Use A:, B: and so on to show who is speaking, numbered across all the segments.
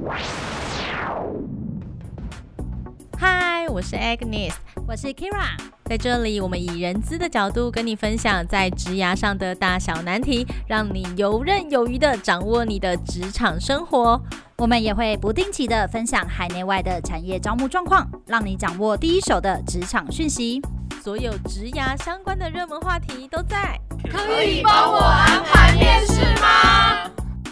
A: 嗨，我是 Agnes，
B: 我是 Kira，
A: 在这里我们以人资的角度跟你分享在职涯上的大小难题，让你游刃有余的掌握你的职场生活。
B: 我们也会不定期的分享海内外的产业招募状况，让你掌握第一手的职场讯息。
A: 所有职涯相关的热门话题都在。
C: 可以帮我安排面试吗？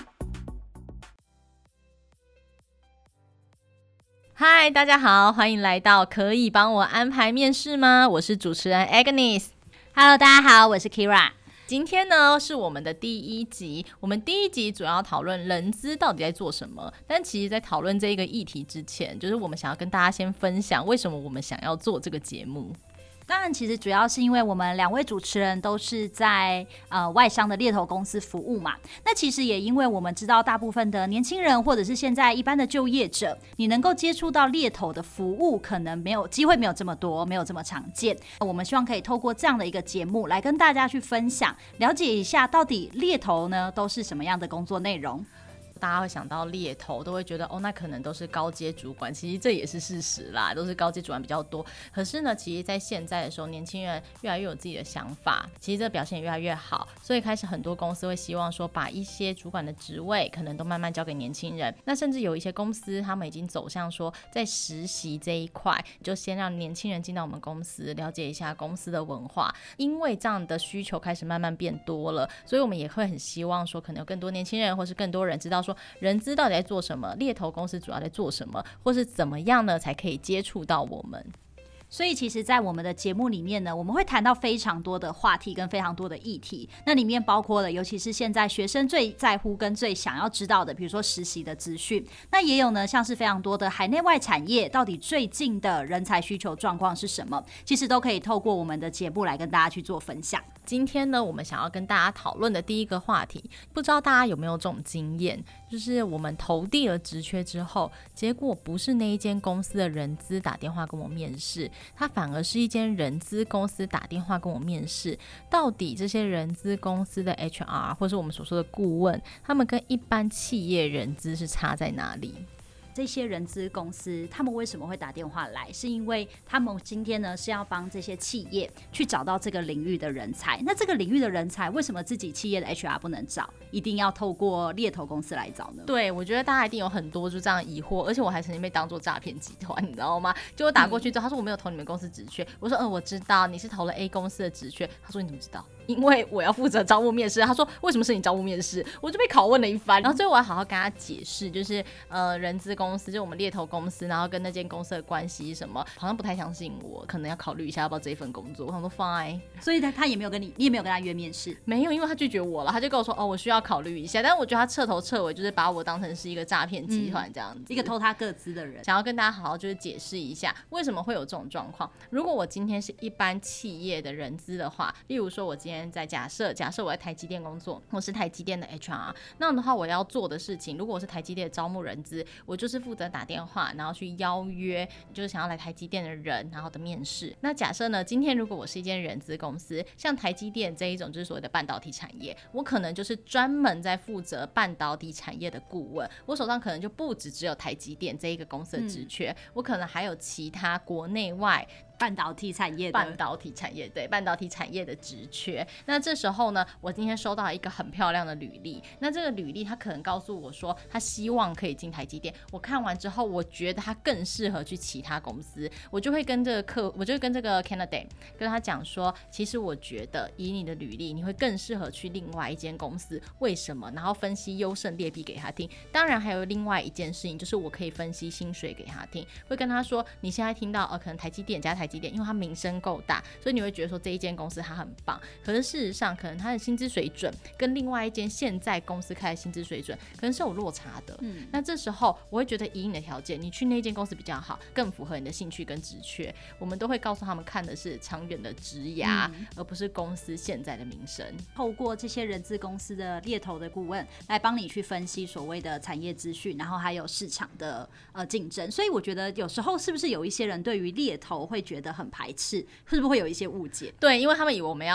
A: 嗨，大家好，欢迎来到可以帮我安排面试吗？我是主持人 Agnes。Hello，
B: 大家好，我是 Kira。
A: 今天呢是我们的第一集，我们第一集主要讨论人资到底在做什么。但其实在讨论这个议题之前，就是我们想要跟大家先分享为什么我们想要做这个节目。
B: 当然其实主要是因为我们两位主持人都是在外商的猎头公司服务嘛，那其实也因为我们知道大部分的年轻人或者是现在一般的就业者，你能够接触到猎头的服务可能没有机会，没有这么多，没有这么常见。我们希望可以透过这样的一个节目来跟大家去分享，了解一下到底猎头呢都是什么样的工作内容。
A: 大家会想到猎头都会觉得那可能都是高阶主管，其实这也是事实啦，都是高阶主管比较多。可是呢，其实在现在的时候，年轻人越来越有自己的想法，其实这个表现也越来越好，所以开始很多公司会希望说把一些主管的职位可能都慢慢交给年轻人。那甚至有一些公司他们已经走向说在实习这一块，就先让年轻人进到我们公司了解一下公司的文化。因为这样的需求开始慢慢变多了，所以我们也会很希望说可能有更多年轻人或是更多人知道说人资到底在做什么，猎头公司主要在做什么，或是怎么样呢才可以接触到我们。
B: 所以其实在我们的节目里面呢，我们会谈到非常多的话题跟非常多的议题，那里面包括了尤其是现在学生最在乎跟最想要知道的，比如说实习的资讯，那也有呢像是非常多的海内外产业到底最近的人才需求状况是什么，其实都可以透过我们的节目来跟大家去做分享。
A: 今天呢，我们想要跟大家讨论的第一个话题，不知道大家有没有这种经验，就是我们投递了职缺之后，结果不是那一间公司的人资打电话跟我面试，他反而是一间人资公司打电话跟我面试。到底这些人资公司的 HR 或是我们所说的顾问，他们跟一般企业人资是差在哪里？
B: 这些人资公司他们为什么会打电话来，是因为他们今天呢是要帮这些企业去找到这个领域的人才。那这个领域的人才为什么自己企业的 HR 不能找，一定要透过猎头公司来找呢？
A: 对，我觉得大家一定有很多就这样疑惑，而且我还曾经被当作诈骗集团，你知道吗？就我打过去之后，他说我没有投你们公司职缺，我说我知道你是投了 A 公司的职缺，他说你怎么知道？因为我要负责招募面试。他说为什么是你招募面试？我就被拷问了一番，然后最后我要好好跟他解释，就是人资公司就我们猎头公司，然后跟那间公司的关系什么，好像不太相信我，可能要考虑一下要不要这一份工作。我想说 fine，
B: 所以他也没有跟你也没有跟他约面试？
A: 没有，因为他拒绝我了，他就跟我说我需要考虑一下。但是我觉得他彻头彻尾就是把我当成是一个诈骗集团这样子，
B: 一个偷他个资的人。
A: 想要跟大家好好就是解释一下为什么会有这种状况。如果我今天是一般企业的人资的话，例如说我今天在假设我在台积电工作，我是台积电的 HR， 那样的话我要做的事情，如果我是台积电的招募人资，我就是负责打电话然后去邀约就是想要来台积电的人然后的面试。那假设呢，今天如果我是一间人资公司，像台积电这一种就是所谓的半导体产业，我可能就是专门在负责半导体产业的顾问，我手上可能就不只有台积电这一个公司的职缺，我可能还有其他国内外
B: 半导体产业的职缺。那这时候呢，我今天收到一个很漂亮的履历，那这个履历他可能告诉我说他希望可以进台积电，我看完之后我觉得他更适合去其他公司，我就会跟这个 candidate 跟他讲说，其实我觉得以你的履历你会更适合去另外一间公司，为什么？然后分析优胜劣弊给他听。当然还有另外一件事情，就是我可以分析薪水给他听，会跟他说你现在听到可能台积电加台积电，因为它名声够大，所以你会觉得说这一间公司它很棒，可是事实上可能它的薪资水准跟另外一间现在公司开的薪资水准可能是有落差的。那这时候我会觉得以你的条件，你去那间公司比较好，更符合你的兴趣跟职缺。我们都会告诉他们看的是长远的职涯，而不是公司现在的名声。透过这些人资公司的猎头的顾问来帮你去分析所谓的产业资讯，然后还有市场的竞争。所以我觉得有时候是不是有一些人对于猎头会觉得很排斥，是不是会有一些误解？对，因为他们以为我们要拿他的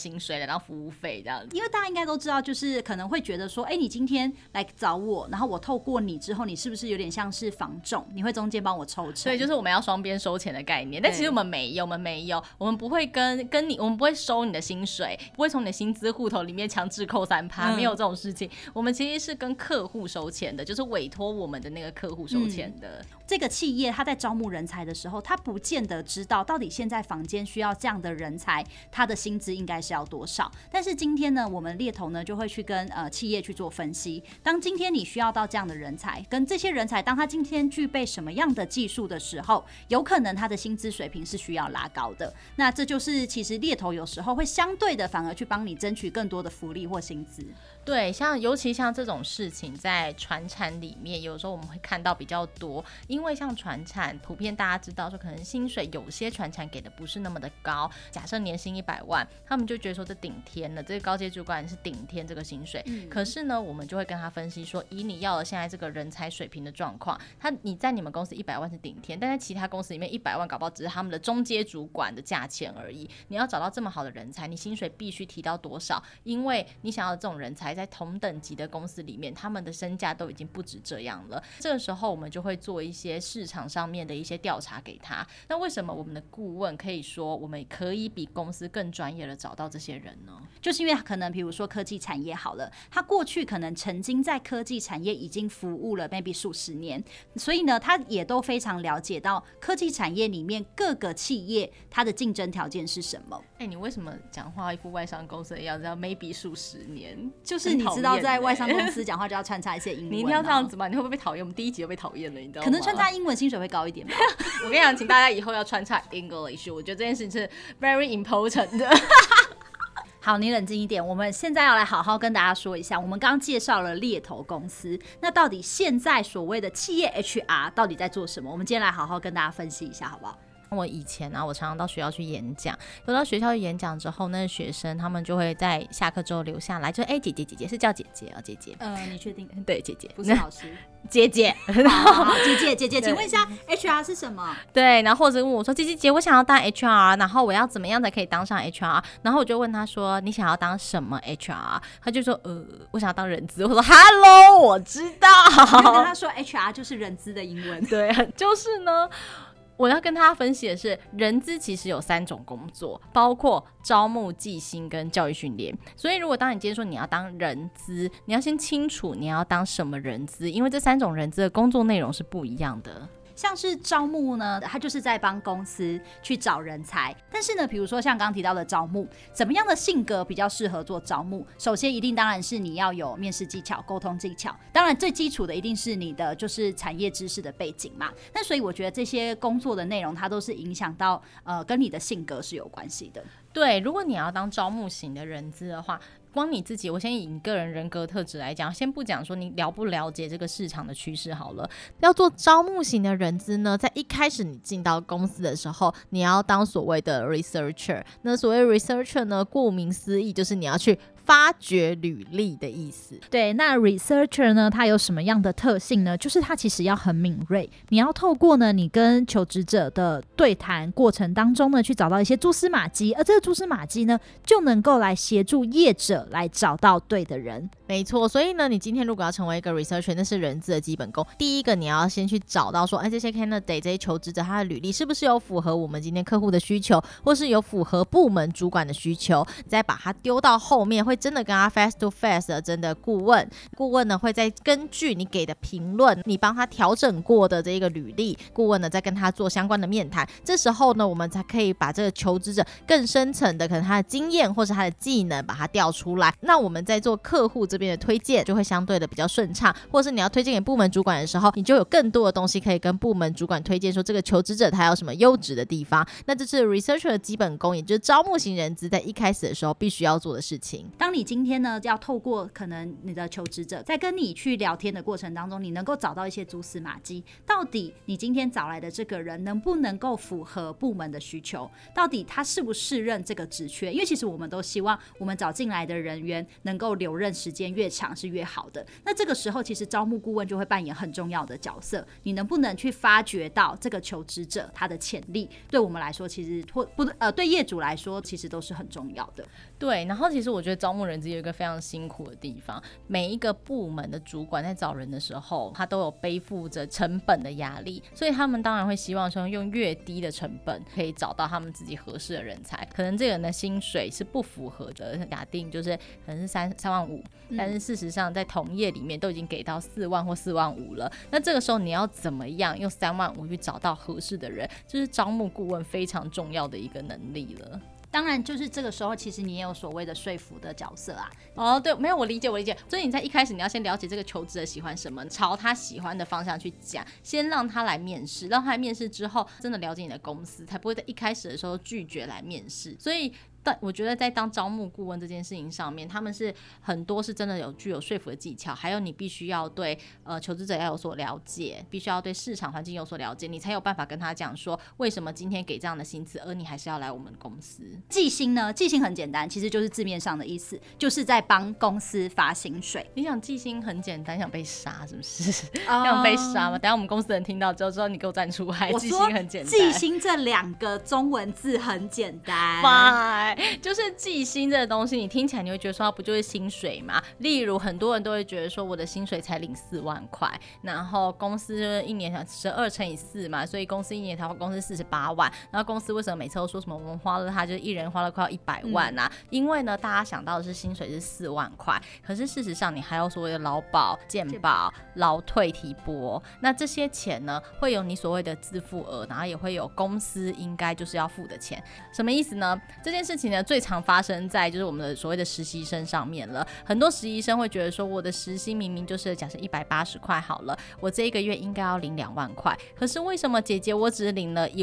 B: 薪水来当服务费这样子。
A: 因为大家应该都知道，就是可能会觉得说，你今天来找我，然后我透过你之后，你是不是有点像是房仲，你会中间帮我抽成？
B: 对，就是我们要双边收钱的概念。但其实我们没有，我们不会跟你，我们不会收你的薪水，不会从你的薪资户头里面强制扣3%，没有这种事情。我们其实是跟客户收钱的，就是委托我们的那个客户收钱的。
A: 这个企业他在招募人才的时候，他不见得知道到底现在坊间需要这样的人才，他的薪资应该是要多少。但是今天呢，我们猎头呢就会去跟企业去做分析。当今天你需要到这样的人才，跟这些人才，当他今天具备什么样的技术的时候，有可能他的薪资水平是需要拉高的。那这就是其实猎头有时候会相对的反而去帮你争取更多的福利或薪资。
B: 对，尤其像这种事情在传产里面，有时候我们会看到比较多，因为像传产普遍大家知道说，可能薪水有些传产给的不是那么的高，假设年薪100万，他们就觉得说这顶天了，这个高阶主管是顶天这个薪水。可是呢，我们就会跟他分析说，以你要的现在这个人才水平的状况，你在你们公司100万是顶天，但在其他公司里面100万搞不好只是他们的中阶主管的价钱而已。你要找到这么好的人才，你薪水必须提到多少？因为你想要的这种人才在同等级的公司里面，他们的身价都已经不止这样了。这个时候我们就会做一些市场上面的一些调查给他。那为什么我们的顾问可以说我们可以比公司更专业的找到这些人呢？
A: 就是因为可能比如说科技产业好了，他过去可能曾经在科技产业已经服务了 maybe 数十年，所以呢他也都非常了解到科技产业里面各个企业它的竞争条件是什么。
B: 你为什么讲话一副外商公司的样子，要 maybe 数十年？
A: 就是你知道在外商公司讲话就要穿插一些英文，
B: 你一定要这样子吗？你会不会被讨厌？我们第一集就被讨厌了，你知道吗？
A: 可能穿插英文薪水会高一点吧。
B: 我跟你讲，请大家以后要穿插 English， 我觉得这件事情是 very important 的。
A: 好，你冷静一点，我们现在要来好好跟大家说一下，我们刚刚介绍了猎头公司，那到底现在所谓的企业 HR 到底在做什么？我们今天来好好跟大家分析一下，好不好？
B: 我以前啊，我常常到学校去演讲，有到学校去演讲之后，那个学生他们就会在下课之后留下来，就姐姐是叫姐姐哦，姐姐。
A: 你确定？
B: 对，姐姐
A: 不是老师。
B: 姐姐，
A: 好，姐姐，请问一下 HR 是什么？
B: 对，然后或者问我说，姐，我想要当 HR， 然后我要怎么样才可以当上 HR？ 然后我就问他说，你想要当什么 HR？ 他就说，我想要当人资。我说 ，Hello， 我知道。
A: 我跟他说 HR 就是人资的英文。
B: 对，就是呢。我要跟大家分析的是，人资其实有3种工作，包括招募、计薪跟教育训练。所以如果当你今天说你要当人资，你要先清楚你要当什么人资，因为这3种人资的工作内容是不一样的。
A: 像是招募呢，它就是在帮公司去找人才。但是呢，比如说像刚刚提到的招募，怎么样的性格比较适合做招募？首先一定当然是你要有面试技巧、沟通技巧。当然最基础的一定是你的就是产业知识的背景嘛。那所以我觉得这些工作的内容，它都是影响到跟你的性格是有关系的。
B: 对，如果你要当招募型的人资的话，光你自己，我先以你个人人格特质来讲，先不讲说你了不了解这个市场的趋势好了。要做招募型的人资呢，在一开始你进到公司的时候，你要当所谓的 researcher。那所谓 researcher 呢，顾名思义就是你要去发掘履历的意思。
D: 对，那 researcher 呢，它有什么样的特性呢？就是它其实要很敏锐，你要透过呢你跟求职者的对谈过程当中呢，去找到一些蛛丝马迹，而这个蛛丝马迹呢，就能够来协助业者来找到对的人。
B: 没错，所以呢，你今天如果要成为一个 researcher， 那是人资的基本功。第一个，你要先去找到说，这些 candidate 这些求职者他的履历是不是有符合我们今天客户的需求，或是有符合部门主管的需求，再把它丢到后面，会真的跟他 face to face 的真的顾问呢会再根据你给的评论，你帮他调整过的这个履历，顾问呢再跟他做相关的面谈。这时候呢，我们才可以把这个求职者更深层的可能他的经验或是他的技能把它调出来。那我们在做客户这边的推荐就会相对的比较顺畅，或是你要推荐给部门主管的时候，你就有更多的东西可以跟部门主管推荐说这个求职者他有什么优质的地方。那这是 researcher 的基本功，也就是招募型人资在一开始的时候必须要做的事情。
D: 当你今天呢要透过可能你的求职者在跟你去聊天的过程当中，你能够找到一些蛛丝马迹，到底你今天找来的这个人能不能够符合部门的需求，到底他是不是任这个职缺，因为其实我们都希望我们找进来的人员能够留任时间越长是越好的。那这个时候其实招募顾问就会扮演很重要的角色，你能不能去发掘到这个求职者他的潜力，对我们来说其实对业主来说其实都是很重要的。
A: 对，然后其实我觉得招募人资有一个非常辛苦的地方，每一个部门的主管在找人的时候，他都有背负着成本的压力，所以他们当然会希望说用越低的成本可以找到他们自己合适的人才。可能这个人的薪水是不符合的，假定就是可能是3万5，但是事实上在同业里面都已经给到4万或4万5了。那这个时候你要怎么样用3万5去找到合适的人，就是招募顾问非常重要的一个能力了。
D: 当然，就是这个时候，其实你也有所谓的说服的角色啊。
A: 哦，对，没有，我理解。所以你在一开始你要先了解这个求职者喜欢什么，朝他喜欢的方向去讲，先让他来面试，让他来面试之后，真的了解你的公司，才不会在一开始的时候拒绝来面试。所以但我觉得在当招募顾问这件事情上面，他们是很多是真的具有说服的技巧，还有你必须要对求职者要有所了解，必须要对市场环境有所了解，你才有办法跟他讲说为什么今天给这样的薪资，而你还是要来我们公司。
D: 计薪呢？计薪很简单，其实就是字面上的意思，就是在帮公司发薪水。
A: 你想计薪很简单，想被杀是不是？想被杀吗？等一下我们公司的人听到之后，知道你给我站出来。计薪很简单，
D: 计薪这2个中文字很简单。
A: 就是计薪这个东西，你听起来你会觉得说它不就是薪水吗？例如很多人都会觉得说我的薪水才领4万块，然后公司就是一年12乘以4嘛，所以公司一年才花公司48万，然后公司为什么每次都说什么我们花了他就是一人花了快要100万啊？因为呢大家想到的是薪水是4万块，可是事实上你还有所谓的劳保、健保、劳退提拨，那这些钱呢会有你所谓的自付额，然后也会有公司应该就是要付的钱。什么意思呢？这件事情呢最常发生在就是我们的所谓的实习生上面了。很多实习生会觉得说我的时薪明明就是假设180块好了，我这一个月应该要领2万块，可是为什么姐姐我只领了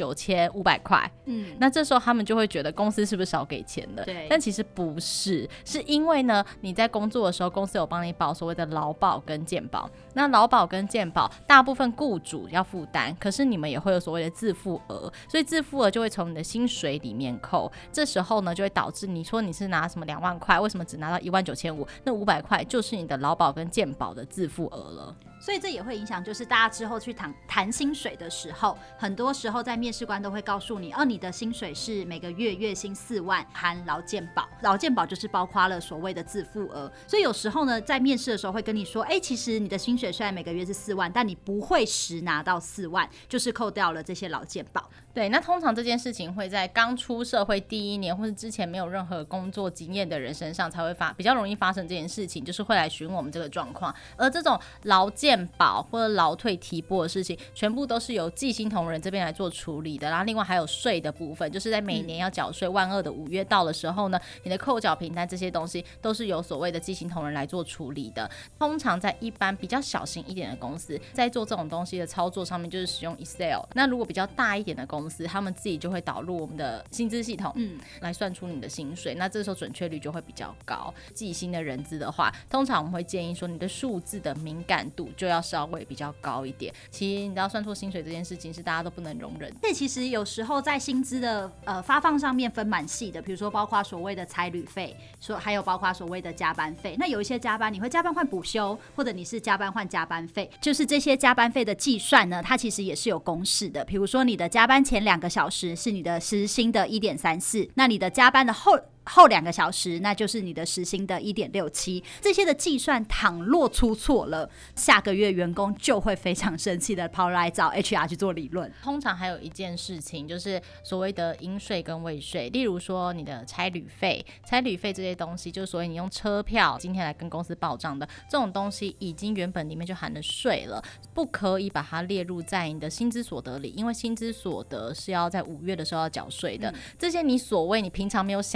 A: 19500块？那这时候他们就会觉得公司是不是少给钱了？
D: 对，
A: 但其实不是，是因为呢你在工作的时候公司有帮你保所谓的劳保跟健保，那劳保跟健保大部分雇主要负担，可是你们也会有所谓的自付额，所以自付额就会从你的薪水里面扣，这时候呢就会导致你说你是拿什么2万块，为什么只拿到19500？那500块就是你的劳保跟健保的自付额了。
D: 所以这也会影响，就是大家之后去谈薪水的时候，很多时候在面试官都会告诉你，你的薪水是每个月月薪4万，含劳健保，劳健保就是包括了所谓的自付额。所以有时候呢，在面试的时候会跟你说，其实你的薪水虽然每个月是4万，但你不会实拿到4万，就是扣掉了这些劳健保。
A: 对，那通常这件事情会在刚出社会第1年，或是之前没有任何工作经验的人身上才会比较容易发生这件事情，就是会来询问我们这个状况。而这种劳健保或者劳退提拨的事情，全部都是由计薪同仁这边来做处理的。然后另外还有税的部分，就是在每年要缴税12000的5月到的时候呢，你的扣缴凭单这些东西都是由所谓的计薪同仁来做处理的。通常在一般比较小型一点的公司，在做这种东西的操作上面就是使用 Excel。那如果比较大一点的公司，他们自己就会导入我们的薪资系统，来算出你的薪水。那这时候准确率就会比较高。计薪的人资的话，通常我们会建议说，你的数字的敏感度就要稍微比较高一点。其实你知道算错薪水这件事情是大家都不能容忍。
D: 这其实有时候在薪资的发放上面分蛮细的，比如说包括所谓的差旅费，还有包括所谓的加班费。那有一些加班你会加班换补休，或者你是加班换加班费，就是这些加班费的计算呢，它其实也是有公式的。比如说你的加班前2个小时是你的时薪的 1.34， 那你的加班的后2个小时，那就是你的时薪的 1.67。 这些的计算倘若出错了，下个月员工就会非常生气的跑来找 HR 去做理论。
A: 通常还有一件事情就是所谓的应税跟未税，例如说你的差旅费这些东西，就是所谓你用车票今天来跟公司报账的这种东西，已经原本里面就含了税了，不可以把它列入在你的薪资所得里，因为薪资所得是要在5月的时候要缴税的。这些你所谓你平常没有想过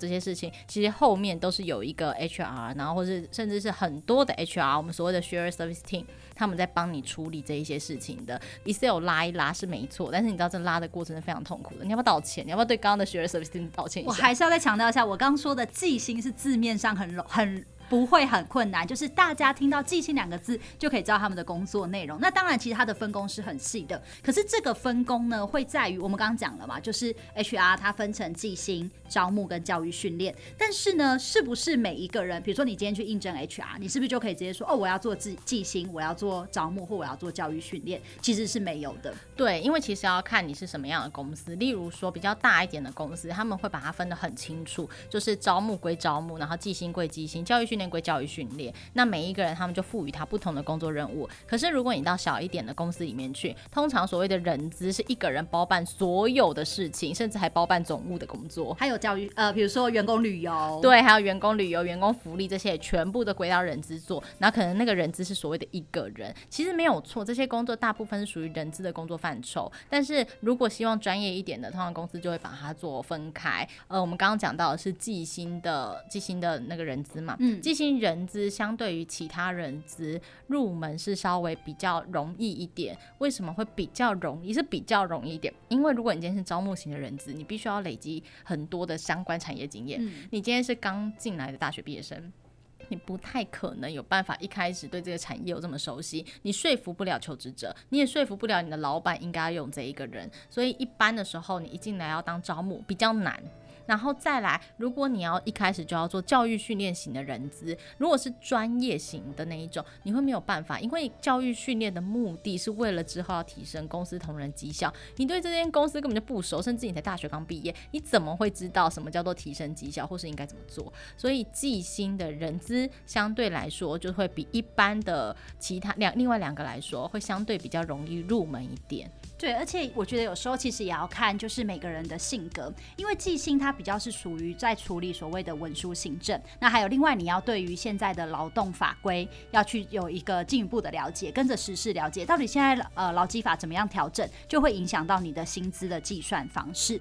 A: 这些事情，其实后面都是有一个 HR， 然后或是甚至是很多的 HR， 我们所谓的 Shared Service Team， 他们在帮你处理这一些事情的。Excel 拉一拉是没错，但是你知道这拉的过程是非常痛苦的。你要不要道歉？你要不要对刚刚的 Shared Service Team 道歉一下？
D: 我还是要再强调一下，我刚刚说的记心是字面上很不会很困难，就是大家听到记心2个字就可以知道他们的工作内容。那当然其实它的分工是很细的，可是这个分工呢会在于我们刚刚讲了嘛，就是 HR 它分成记心、招募跟教育训练。但是呢，是不是每一个人，比如说你今天去应征 HR， 你是不是就可以直接说我要做记心，我要做招募，或我要做教育训练？其实是没有的。
A: 对，因为其实要看你是什么样的公司。例如说比较大一点的公司，他们会把它分得很清楚，就是招募归招募，然后记心归记心，教育训练归教育训练。那每一个人他们就赋予他不同的工作任务。可是如果你到小一点的公司里面去，通常所谓的人资是一个人包办所有的事情，甚至还包办总务的工作，
D: 还有教育比如说员工旅游，
A: 对，还有员工旅游、员工福利，这些全部都归到人资做。然后可能那个人资是所谓的一个人，其实没有错，这些工作大部分是属于人资的工作范畴。但是如果希望专业一点的，通常公司就会把它做分开。我们刚刚讲到的是记心的那个人资嘛，记心人资相对于其他人资入门是稍微比较容易一点。为什么会比较容易？是比较容易一点，因为如果你今天是招募型的人资，你必须要累积很多的相关产业经验。你今天是刚进来的大学毕业生，你不太可能有办法一开始对这个产业有这么熟悉，你说服不了求职者，你也说服不了你的老板应该要用这一个人。所以一般的时候，你一进来要当招募比较难。然后再来，如果你要一开始就要做教育训练型的人资，如果是专业型的那一种，你会没有办法，因为教育训练的目的是为了之后要提升公司同仁绩效。你对这间公司根本就不熟，甚至你才大学刚毕业，你怎么会知道什么叫做提升绩效，或是应该怎么做？所以记心的人资相对来说就会比一般的其他另外2个来说，会相对比较容易入门一点。
D: 对，而且我觉得有时候其实也要看就是每个人的性格，因为记心它比较是属于在处理所谓的文书行政，那还有另外你要对于现在的劳动法规要去有一个进一步的了解，跟着时事了解到底现在劳基法怎么样调整，就会影响到你的薪资的计算方式。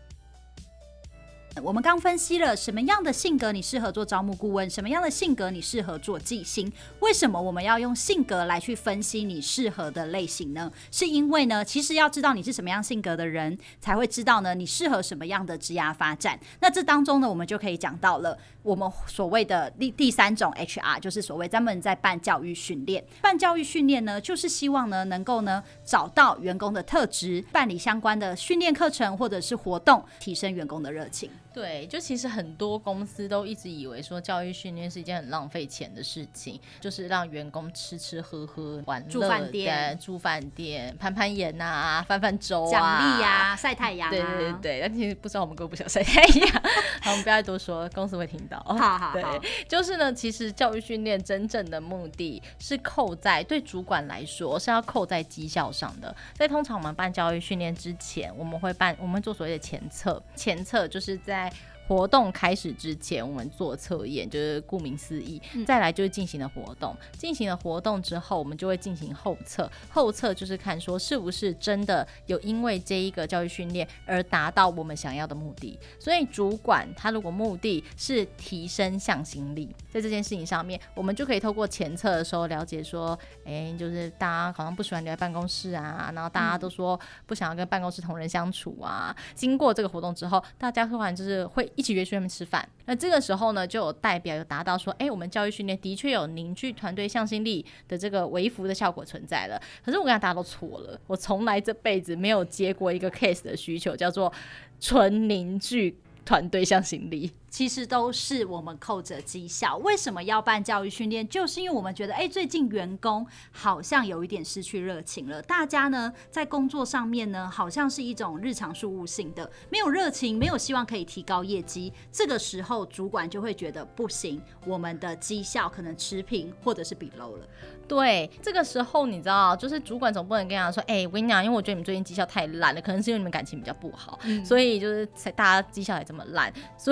D: 我们刚分析了什么样的性格你适合做招募顾问，什么样的性格你适合做记心。为什么我们要用性格来去分析你适合的类型呢？是因为呢，其实要知道你是什么样性格的人，才会知道呢你适合什么样的职涯发展。那这当中呢，我们就可以讲到了我们所谓的第3种 HR， 就是所谓咱们在办教育训练。办教育训练呢，就是希望呢能够呢找到员工的特质，办理相关的训练课程或者是活动，提升员工的热情。
A: 对，就其实很多公司都一直以为说教育训练是一件很浪费钱的事情，就是让员工吃吃喝喝玩乐，住饭店攀攀岩啊，泛舟啊，
D: 奖励啊，晒太阳啊。
A: 对对对，但其实不知道我们哥不想晒太阳。好，我们不要再多说，公司会听到。
D: 好，
A: 对，就是呢，其实教育训练真正的目的是扣在对主管来说是要扣在绩效上的。在通常我们办教育训练之前，我们会做所谓的前测就是在活动开始之前我们做测验，就是顾名思义。再来就是进行了活动之后，我们就会进行后测就是看说是不是真的有因为这一个教育训练而达到我们想要的目的。所以主管他如果目的是提升向心力，在这件事情上面，我们就可以透过前测的时候了解说，就是大家好像不喜欢留在办公室啊，然后大家都说不想要跟办公室同仁相处啊。经过这个活动之后，大家突然就是会一起约去外面吃饭，那这个时候呢，就有代表有达到说，我们教育训练的确有凝聚团队向心力的这个微幅的效果存在了。可是我跟大家都错了，我从来这辈子没有接过一个 case 的需求叫做纯凝聚团队向心力，
D: 其实都是我们扣着绩效。为什么要办教育训练？就是因为我们觉得最近员工好像有一点失去热情了，大家呢在工作上面呢好像是一种日常事务性的，没有热情，没有希望可以提高业绩。这个时候主管就会觉得不行，我们的绩效可能持平或者是比 low 了。
A: 对，这个时候你知道，就是主管总不能跟他说，我跟你讲，因为我觉得你们最近绩效太烂了，可能是因为你们感情比较不好，所以就是大家绩效也这么烂。所以呢，主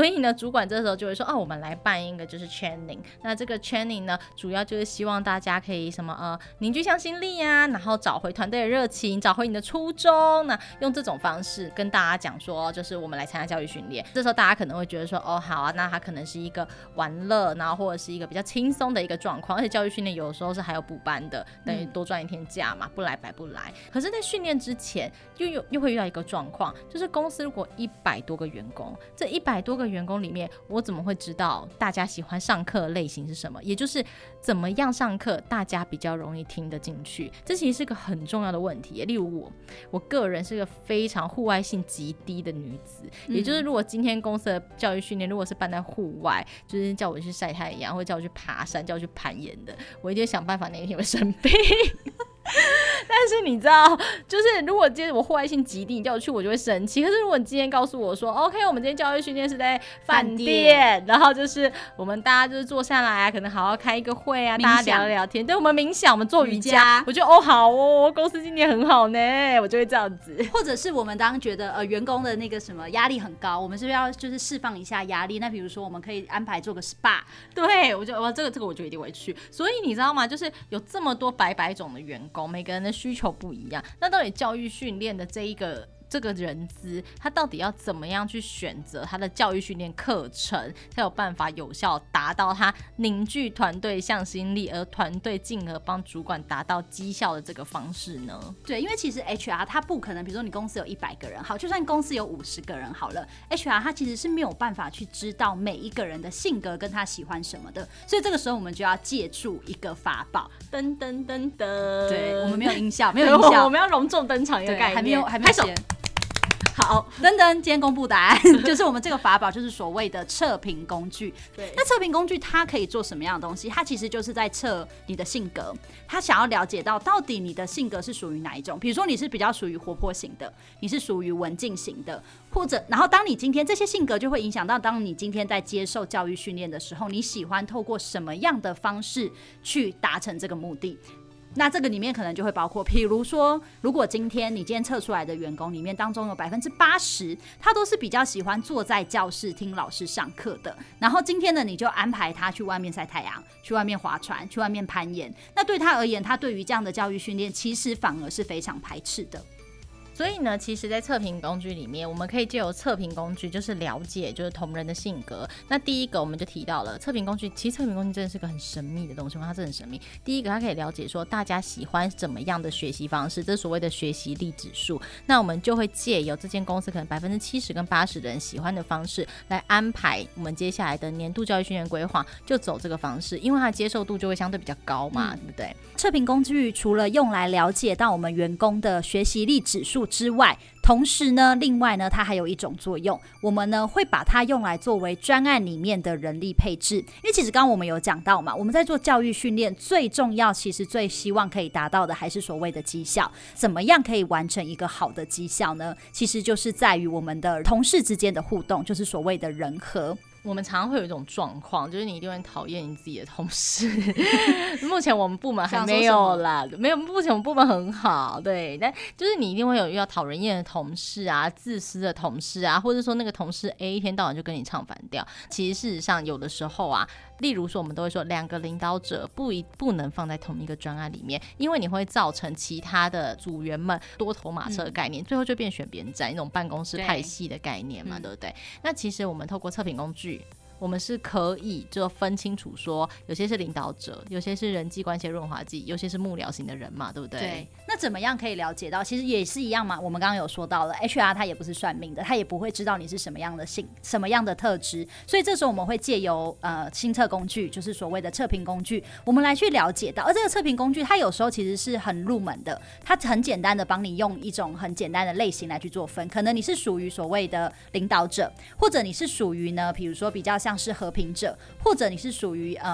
A: 主管这时候就会说我们来办一个就是 training， 那这个 training 呢主要就是希望大家可以什么凝聚向心力啊，然后找回团队的热情，找回你的初衷，那用这种方式跟大家讲说就是我们来参加教育训练。这时候大家可能会觉得说好啊，那它可能是一个玩乐，然后或者是一个比较轻松的一个状况，而且教育训练有的时候是还有补班的，等于多赚一天假嘛，不来白不来。可是在训练之前又会遇到一个状况，就是公司如果100多个员工，这100多个员工里面，我怎么会知道大家喜欢上课的类型是什么？也就是怎么样上课大家比较容易听得进去，这其实是个很重要的问题。例如我个人是个非常户外性极低的女子，也就是如果今天公司的教育训练如果是办在户外，就是叫我去晒太阳，或者叫我去爬山，叫我去攀岩的，我一定会想办法那一天会生病。但是你知道，就是如果今天我户外性极低，你叫我去我就会生气。可是如果你今天告诉我说 OK 我们今天教育训练是在饭店，然后就是我们大家就是坐下来啊，可能好好开一个会啊，大家聊聊天，对，我们冥想，我们做瑜伽，我觉得好哦，公司今天很好呢，我就会这样子。
B: 或者是我们当觉得员工的那个什么压力很高，我们是不是要就是释放一下压力？那比如说我们可以安排做个 SPA，
A: 对，我就这个我就一定会去。所以你知道吗？就是有这么多百种的员工，每个人的需求不一样，那到底教育训练的这个人资，他到底要怎么样去选择他的教育训练课程，才有办法有效达到他凝聚团队向心力，而团队进而帮主管达到绩效的这个方式呢？
B: 对，因为其实 HR 他不可能，比如说你公司有100个人，好，就算公司有50个人好了 ，HR 他其实是没有办法去知道每一个人的性格跟他喜欢什么的，所以这个时候我们就要借助一个法宝，
A: 噔噔噔噔。
B: 对，我们没有音效，没有音效，
A: 我们要隆重登场一个概念，
B: 还没有接。好，噔噔，今天公布答案，就是我们这个法宝，就是所谓的测评工具。对，那测评工具它可以做什么样的东西？它其实就是在测你的性格，它想要了解到底你的性格是属于哪一种。比如说你是比较属于活泼型的，你是属于文静型的，或者，然后当你今天这些性格就会影响到，当你今天在接受教育训练的时候，你喜欢透过什么样的方式去达成这个目的？那这个里面可能就会包括，比如说，如果今天测出来的员工里面当中有80%，他都是比较喜欢坐在教室听老师上课的，然后今天呢，你就安排他去外面晒太阳，去外面划船，去外面攀岩，那对他而言，他对于这样的教育训练，其实反而是非常排斥的。
A: 所以呢，其实在测评工具里面，我们可以借由测评工具就是了解就是同仁的性格。那第一个我们就提到了测评工具，其实测评工具真的是个很神秘的东西，它真的很神秘。第一个它可以了解说大家喜欢怎么样的学习方式，这是所谓的学习力指数。那我们就会借由这间公司可能70%跟80%的人喜欢的方式来安排我们接下来的年度教育训练规划，就走这个方式，因为它的接受度就会相对比较高嘛，对不对？
B: 测评工具除了用来了解到我们员工的学习力指数之外，同时呢，另外呢，它还有一种作用，我们呢会把它用来作为专案里面的人力配置。因为其实刚刚我们有讲到嘛，我们在做教育训练，最重要其实最希望可以达到的还是所谓的绩效。怎么样可以完成一个好的绩效呢？其实就是在于我们的同事之间的互动，就是所谓的人和。
A: 我们常常会有一种状况，就是你一定会讨厌你自己的同事。目前我们部门还没有啦，没有，目前我们部门很好，对，但就是你一定会有遇到讨人厌的同事啊，自私的同事啊，或者说那个同事 A 一天到晚就跟你唱反调。其实事实上有的时候啊，例如说我们都会说2个领导者不能放在同一个专案里面，因为你会造成其他的组员们多头马车的概念，最后就变选边站，一种办公室派系的概念嘛， 对不对？那其实我们透过测评工具，我们是可以就分清楚说，有些是领导者，有些是人际关系润滑剂，有些是幕僚型的人嘛，对不对？
B: 对。那怎么样可以了解到？其实也是一样嘛。我们刚刚有说到了 ，HR 他也不是算命的，他也不会知道你是什么样的性、什么样的特质。所以这时候我们会借由心测工具，就是所谓的测评工具，我们来去了解到。而这个测评工具，它有时候其实是很入门的，它很简单的帮你用一种很简单的类型来去做分。可能你是属于所谓的领导者，或者你是属于呢，比如说比较像是和平者，或者你是属于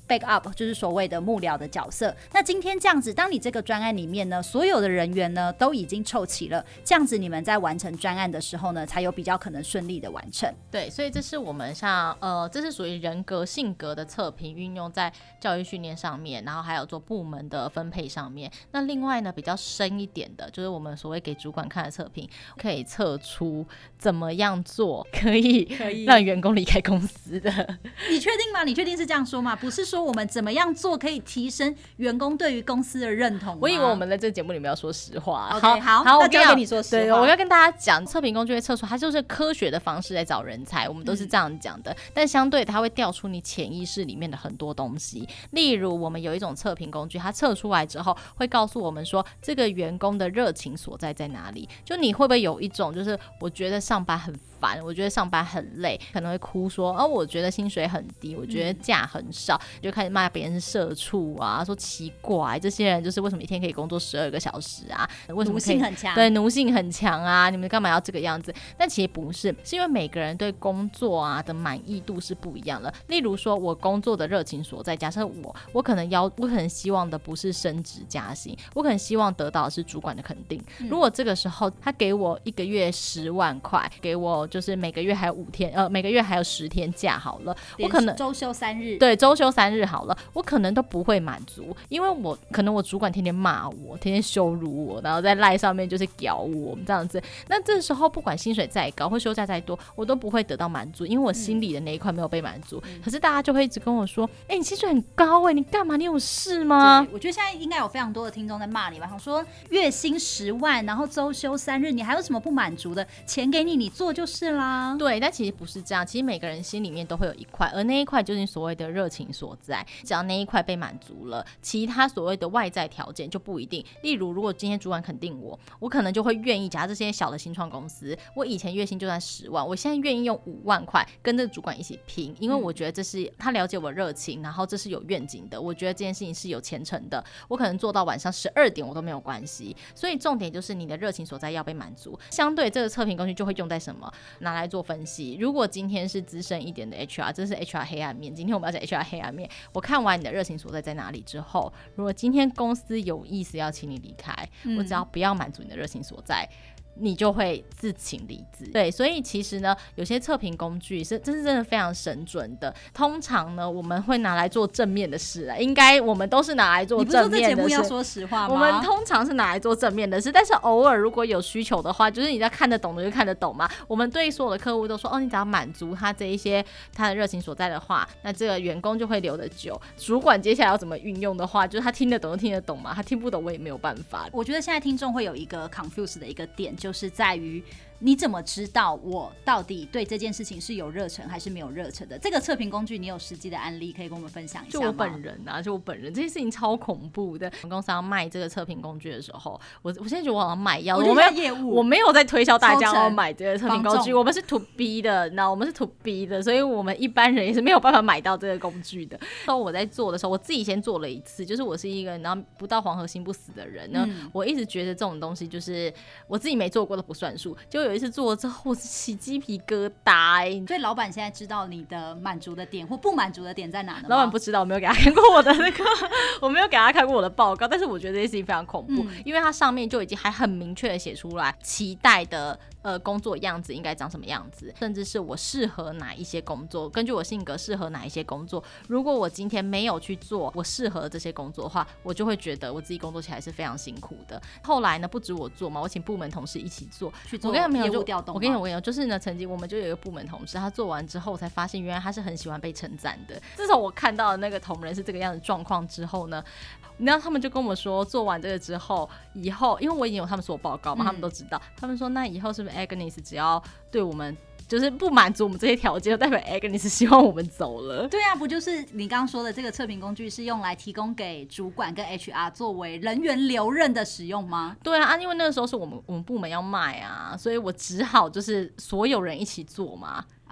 D: back up， 就是所谓的幕僚的角色。那今天这样子，当你这个专案里面呢，所有的人员呢都已经凑齐了，这样子你们在完成专案的时候呢，才有比较可能顺利的完成。
A: 对，所以这是我们像这是属于人格性格的测评，运用在教育训练上面，然后还有做部门的分配上面。那另外呢，比较深一点的，就是我们所谓给主管看的测评，可以测出怎么样做可以让员工离开公司的。
D: 你确定吗？你确定是这样说吗？不是说我们怎么样做可以提升员工对于公司的认同吗？
A: 我以为我们在这个节目里面要说实话。
D: Okay, 好，
A: 那
D: 交给你说实话。
A: 对，我要跟大家讲，测评工具会测出它就是科学的方式来找人才，我们都是这样讲的。但相对它会调出你潜意识里面的很多东西。例如，我们有一种测评工具，它测出来之后会告诉我们说，这个员工的热情所在哪里。就你会不会有一种，就是我觉得上班很烦，我觉得上班很累，可能会哭说，我觉得薪水很低，我觉得假很少，就开始骂别人是社畜啊，说奇怪，这些人就是为什么一天可以工作12个小时啊？为什么可以
D: 奴性很强？
A: 对，奴性很强啊！你们干嘛要这个样子？但其实不是，是因为每个人对工作啊的满意度是不一样的。例如说，我工作的热情所在，假设我可能希望的不是升职加薪，我可能希望得到的是主管的肯定。如果这个时候他给我1个月10万块，给我就是每个月还有5天，每个月还有10天假好了，我可能
D: 周休3日，
A: 对，周休3日好了，我可能都不会满足，因为我可能我主管天天骂我，天天羞辱我，然后在赖上面就是屌我这样子。那这时候不管薪水再高或休假再多，我都不会得到满足，因为我心里的那一块没有被满足。可是大家就会一直跟我说，你薪水很高你干嘛？你有事吗？
D: 我觉得现在应该有非常多的听众在骂你吧，想说月薪10万，然后周休3日，你还有什么不满足的？钱给你，你做就是啦。
A: 对，但其实不是这样，其实每个人心里面都会有一块，而那一块就是你所谓的热情所在。只要那一块被满足了，其他所谓的外在条件就不一定。例如，如果今天主管肯定我可能就会愿意，假如这些小的新创公司，我以前月薪就算10万，我现在愿意用5万块跟这个主管一起拼，因为我觉得这是他了解我热情，然后这是有愿景的，我觉得这件事情是有前程的，我可能做到晚上12点我都没有关系。所以重点就是你的热情所在要被满足。相对这个测评工具就会用在什么？拿来做分析。如果今天是资深一点的 HR， 这是 HR 黑暗面，今天我们要讲 HR 黑暗面。我看完你的热情所在哪里之后，如果今天公司有意思要请你离开，我只要不要满足你的热情所在，你就会自请离职。对，所以其实呢，有些测评工具这是真的非常神准的。通常呢，我们会拿来做正面的事啊，应该我们都是拿来做正面的事。
D: 你不是说这节目要说实话吗？
A: 我们通常是拿来做正面的事，但是偶尔如果有需求的话，就是你在看得懂的就看得懂嘛。我们对所有的客户都说，你只要满足他这一些他的热情所在的话，那这个员工就会留得久。主管接下来要怎么运用的话，就是他听得懂就听得懂嘛，他听不懂我也没有办法。
D: 我觉得现在听众会有一个 confuse 的一个点，就是在于你怎么知道我到底对这件事情是有热忱还是没有热忱的？这个测评工具你有实际的案例可以跟我们分享一下吗？
A: 就我本人这件事情超恐怖的。我们公司要卖这个测评工具的时候，我现在觉得我好像卖药，我没有在推销大家要买这个测评工具，我们是 to B 的，那我们是 to B 的，所以我们一般人也是没有办法买到这个工具的。所以我在做的时候，我自己先做了一次，就是我是一个然后不到黄河心不死的人呢，我一直觉得这种东西就是我自己没做过的不算数，就有一次做了之后，我是起鸡皮疙瘩
D: 所以老板现在知道你的满足的点或不满足的点在哪呢？
A: 老板不知道，我没有给他看过我的那个，我没有给他看过我的报告，但是我觉得这件事情非常恐怖，因为它上面就已经还很明确的写出来期待的工作样子应该长什么样子，甚至是我适合哪一些工作，根据我性格适合哪一些工作。如果我今天没有去做我适合的这些工作的话，我就会觉得我自己工作起来是非常辛苦的。后来呢，不止我做嘛，我请部门同事一起做，
D: 去做业务调动。
A: 我跟你讲，就是呢，曾经我们就有一个部门同事，他做完之后才发现，原来他是很喜欢被称赞的。自从我看到的那个同仁是这个样子状况之后呢，你知道他们就跟我说，做完这个之后，以后因为我已经有他们所有报告嘛，他们都知道，他们说那以后是不是 Agnes 只要对我们就是不满足我们这些条件，就代表 Agnes 希望我们走了。
D: 对啊，不就是你刚刚说的这个测评工具是用来提供给主管跟 HR 作为人员留任的使用吗？
A: 对啊，因为那个时候是我们部门要卖啊，所以我只好就是所有人一起做嘛。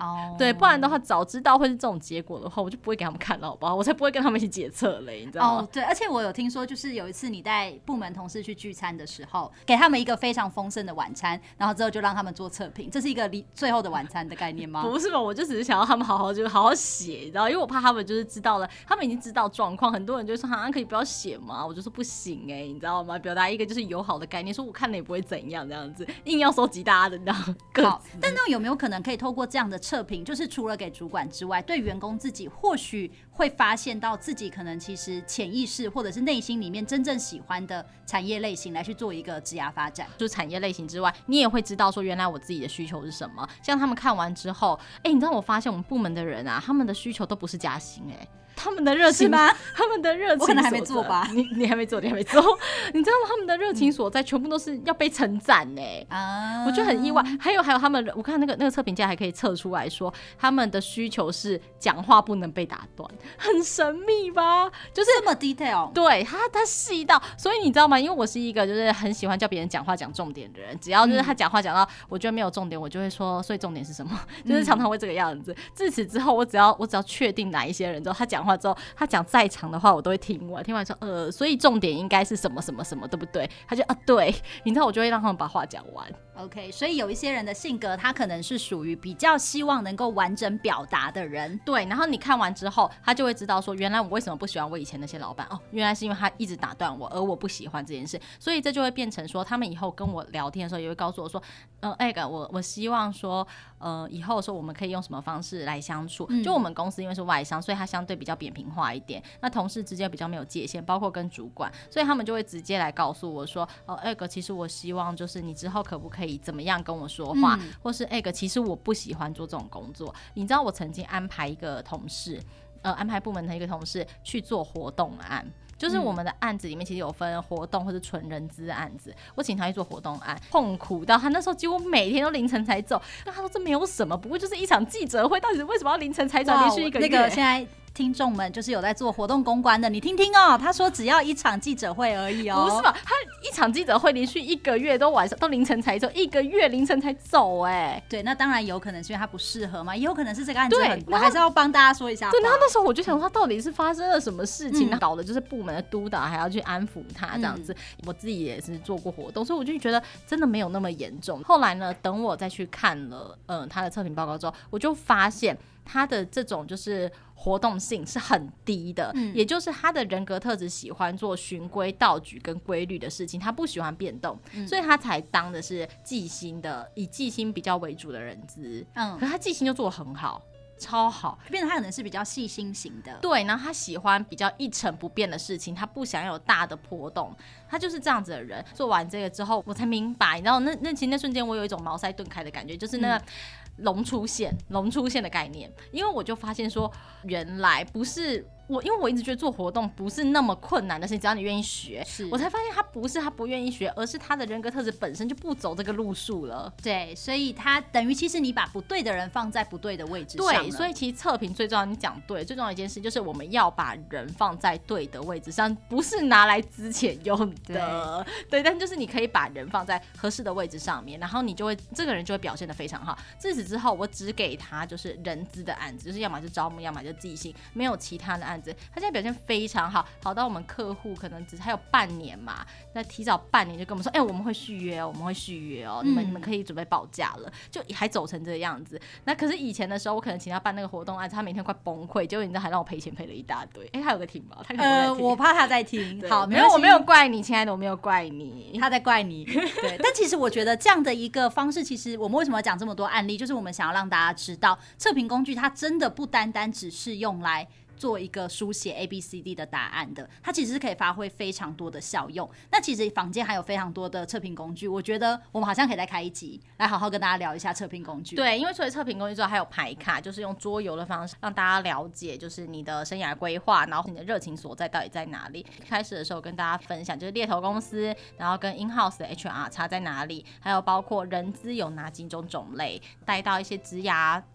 B: 对，不然的话早知道会是这种结果的话，我就不会给他们看了，好不好？我才不会跟他们一起解册嘞，你知道吗？
D: 对，而且我有听说，就是有一次你带部门同事去聚餐的时候，给他们一个非常丰盛的晚餐，然后之后就让他们做测评，这是一个最后的晚餐的概念吗？
B: 不是吧，我就只是想要他们好好写，你知道，因为我怕他们就是知道了，他们已经知道状况，很多人就说可以不要写吗？我就说不行你知道吗？表达一个就是友好的概念，说我看了也不会怎样，这样子硬要收集大家的，你知道好，
D: 但那有没有可能可以透过这样的测评，就是除了给主管之外，对员工自己或许会发现到自己可能其实潜意识或者是内心里面真正喜欢的产业类型来去做一个职涯发展？
B: 就是产业类型之外，你也会知道说原来我自己的需求是什么。像他们看完之后，你知道我发现我们部门的人他们的需求都不是加薪他们的热情
D: 是吗？
B: 他们的热情，
D: 我可能还没做吧。
B: 你还没做，你知道吗？他们的热情所在，全部都是要被称赞我觉得很意外。还有他们，我看那个测评家还可以测出来说，他们的需求是讲话不能被打断，很神秘吧？就是
D: 这么 detail。
B: 对他细到，所以你知道吗？因为我是一个就是很喜欢叫别人讲话讲重点的人，只要就是他讲话讲到我觉得没有重点，我就会说，所以重点是什么？就是常常会这个样子。自此之后，我只要确定哪一些人之后，他讲话之后，他讲再长的话，我都会听完。听完说，所以重点应该是什么什么什么，对不对？他就对，你知道，我就会让他们把话讲完。
D: OK， 所以有一些人的性格，他可能是属于比较希望能够完整表达的人。
B: 对，然后你看完之后，他就会知道说，原来我为什么不喜欢我以前那些老板原来是因为他一直打断我，而我不喜欢这件事。所以这就会变成说，他们以后跟我聊天的时候，也会告诉我说，我希望说，以后说我们可以用什么方式来相处。就我们公司因为是外商，所以它相对比较扁平化一点，那同事之间比较没有界限，包括跟主管，所以他们就会直接来告诉我说，其实我希望就是你之后可不可以怎么样跟我说话，或是其实我不喜欢做这种工作。你知道我曾经安排一个同事，安排部门的一个同事去做活动案。就是我们的案子里面其实有分活动或是纯人资的案子，我请他去做活动案，痛苦到他那时候几乎每天都凌晨才走。那他说这没有什么，不过就是一场记者会，到底为什么要凌晨才走，连续1个月？
D: 那个现在听众们就是有在做活动公关的，你听听他说只要一场记者会而已
B: 不是吧？他一场记者会连续1个月都晚上都凌晨才走，1个月凌晨才走
D: 对，那当然有可能是因为他不适合嘛，也有可能是这个案子我还是要帮大家说一下。
B: 对，然后那时候我就想说他到底是发生了什么事情，搞的就是部门的督导还要去安抚他这样子。我自己也是做过活动，所以我就觉得真的没有那么严重。后来呢，等我再去看了他的测评报告之后，我就发现他的这种就是活动性是很低的，也就是他的人格特质喜欢做循规蹈矩跟规律的事情，他不喜欢变动，所以他才当的是记薪的，以记薪比较为主的人资。可是他记薪就做得很好，超好，
D: 变成他可能是比较细心型的。
B: 对，然后他喜欢比较一成不变的事情，他不想有大的波动，他就是这样子的人。做完这个之后，我才明白，你知道其实那瞬间我有一种茅塞顿开的感觉，就是那个龙出现的概念，因为我就发现说，原来不是因为我一直觉得做活动不是那么困难的事情，只要你愿意学，我才发现他不是他不愿意学，而是他的人格特质本身就不走这个路数了。
D: 对，所以他等于其实你把不对的人放在不对的位置上了。
B: 对，所以其实测评最重要，你讲对，最重要的一件事就是我们要把人放在对的位置上，不是拿来资遣用的。对，但就是你可以把人放在合适的位置上面，然后你就会这个人就会表现得非常好。自此之后，我只给他就是人资的案子，就是要么就招募，要么就寄信，没有其他的案子。他现在表现非常好，好到我们客户可能只还有半年嘛，那提早半年就跟我们说，我们会续约哦，你们可以准备报价了，就还走成这个样子。那可是以前的时候，我可能请他办那个活动案子，他每天快崩溃，结果你知道还让我赔钱赔了一大堆。他有个听吗？他可能在听。
D: 我怕他在听。好，
B: 没有，我没有怪你，亲爱的，我没有怪你，
D: 他在怪你。对，但其实我觉得这样的一个方式，其实我们为什么要讲这么多案例，就是我们想要让大家知道，测评工具它真的不单单只是用来做一个书写 ABCD 的答案的，它其实是可以发挥非常多的效用。那其实坊间还有非常多的测评工具，我觉得我们好像可以再开一集来好好跟大家聊一下测评工具。
B: 对，因为除了测评工具之外，还有牌卡，就是用桌游的方式让大家了解，就是你的生涯规划，然后你的热情所在到底在哪里。开始的时候跟大家分享，就是猎头公司，然后跟 in-house 的 HR 差在哪里，还有包括人资有哪几种种类，带到一些职涯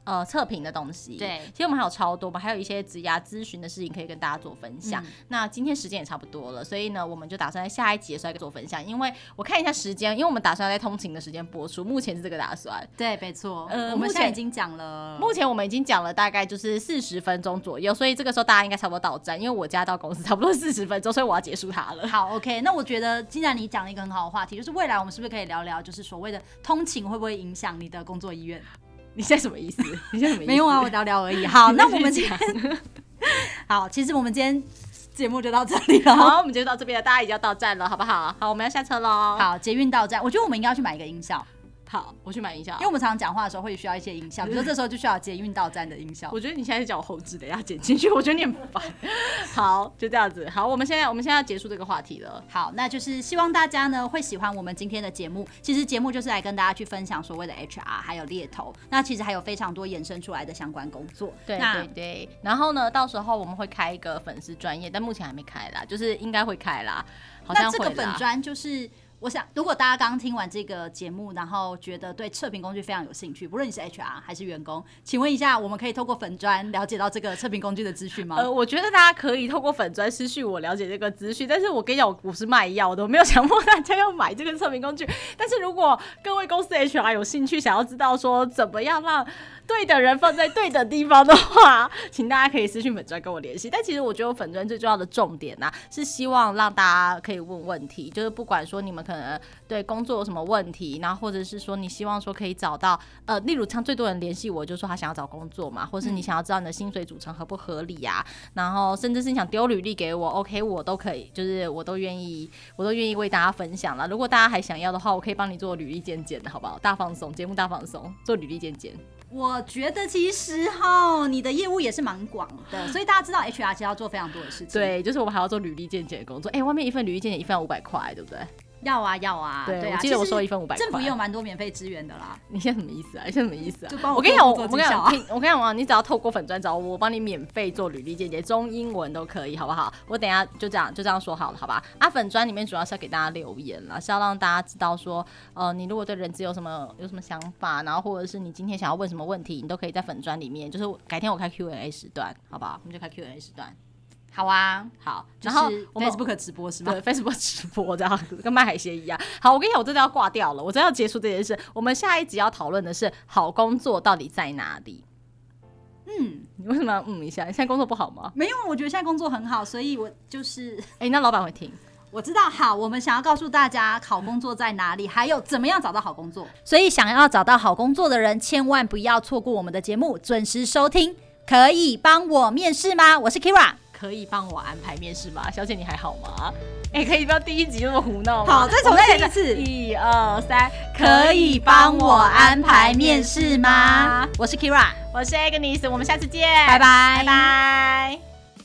A: 测评的东西。
B: 对，
A: 其实我们还有超多吧，还有一些职涯咨询的事情可以跟大家做分享。那今天时间也差不多了，所以呢，我们就打算在下一集的时候做分享。因为我看一下时间，因为我们打算在通勤的时间播出，目前是这个打算。
B: 对，没错。我们现在已经讲了，
A: 目前我们已经讲了大概就是40分钟左右，所以这个时候大家应该差不多到站，因为我家到公司差不多40分钟，所以我要结束它了。
B: 好 ，OK， 那我觉得既然你讲了一个很好的话题，就是未来我们是不是可以聊聊，就是所谓的通勤会不会影响你的工作意愿？
A: 你现在什么意思？你现在什么意思？
B: 没有啊，我聊聊而已。好，那我们今天好，其实我们今天节目就到这里了。
A: 好，我们就到这边了，大家已经要到站了，好不好？好，我们要下车喽。
B: 好，捷运到站，我觉得我们应该要去买一个音效。
A: 好，我去买音效，
B: 因为我们常常讲话的时候会需要一些音效，比如说这时候就需要捷运到站的音效。
A: 我觉得你现在是叫我后置的，要剪进去，我觉得你很烦。好，就这样子。好，我们现在要结束这个话题了。
B: 好，那就是希望大家呢会喜欢我们今天的节目。其实节目就是来跟大家去分享所谓的 HR 还有猎头，那其实还有非常多衍生出来的相关工作。
A: 对对对。然后呢，到时候我们会开一个粉丝专页，但目前还没开啦，就是应该会开啦，好像会啦。
B: 那这个粉专就是。我想，如果大家刚刚听完这个节目，然后觉得对测评工具非常有兴趣，不论你是 HR 还是员工，请问一下，我们可以透过粉专了解到这个测评工具的资讯吗？
A: 我觉得大家可以透过粉专私讯我了解这个资讯，但是我跟你讲，我不是卖药的，我没有强迫大家要买这个测评工具。但是如果各位公司 HR 有兴趣，想要知道说怎么样让对的人放在对的地方的话，请大家可以私讯粉专跟我联系。但其实我觉得我粉专最重要的重点啊，是希望让大家可以问问题，就是不管说你们可能对工作有什么问题，然后或者是说你希望说可以找到例如像最多人联系我，就说他想要找工作嘛，或是你想要知道你的薪水组成合不合理啊，然后甚至是你想丢履历给我 ，OK， 我都可以，就是我都愿意为大家分享了。如果大家还想要的话，我可以帮你做履历健检的好不好？大放松，节目大放松，做履历健检。
B: 我觉得其实你的业务也是蛮广的，所以大家知道 HR 其实要做非常多的事情。
A: 对，就是我们还要做履历健检的工作。外面一份履历健检1份500块，对不对？
B: 要啊要啊，对啊，
A: 我记得我收1份500块。
B: 政府也有蛮多免费资源的啦。
A: 你现在什么意思啊？你现在什么意思啊？
B: 就帮
A: 我跟你讲，
B: 我跟你
A: 讲，你只要透过粉专找我，我帮你免费做履历健检，中英文都可以，好不好？我等一下就这样说好了，好吧？粉专里面主要是要给大家留言啦，是要让大家知道说，你如果对人资有什么想法，然后或者是你今天想要问什么问题，你都可以在粉专里面，就是改天我开 Q&A 时段，好不好？我们就开 Q&A 时段。
B: 好啊，
A: 好，
B: 然后 Facebook 直播是吗？
A: 对 ，Facebook 直播这样跟卖海鲜一样。好，我跟你讲，我真的要挂掉了，我真的要结束这件事。我们下一集要讨论的是好工作到底在哪里？你为什么要一下？你现在工作不好吗？
B: 没有，我觉得现在工作很好，所以我就是
A: 那老板会听。
B: 我知道，好，我们想要告诉大家好工作在哪里，还有怎么样找到好工作。所以想要找到好工作的人，千万不要错过我们的节目，准时收听。可以帮我面试吗？我是 Kira。
A: 可以帮我安排面试吗？小姐你还好吗？可以不要第一集那么胡闹吗？
B: 好，再重来一次。
A: 1、2、3，
B: 可以帮我安排面试吗？我是 Kira，
A: 我是 Agnes， 我们下次见，
B: 拜拜，
A: 拜拜。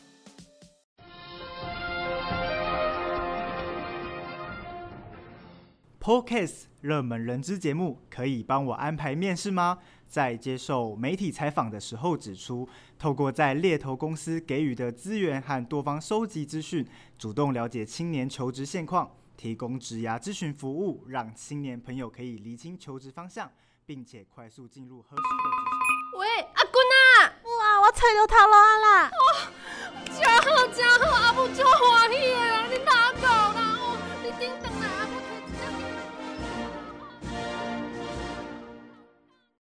E: Podcast 热门人资节目，可以帮我安排面试吗？在接受媒体采访的时候指出，透过在猎头公司给予的资源和多方收集资讯，主动了解青年求职现况，提供职涯咨询服务，让青年朋友可以厘清求职方向，并且快速进入合适的职场。
C: 喂，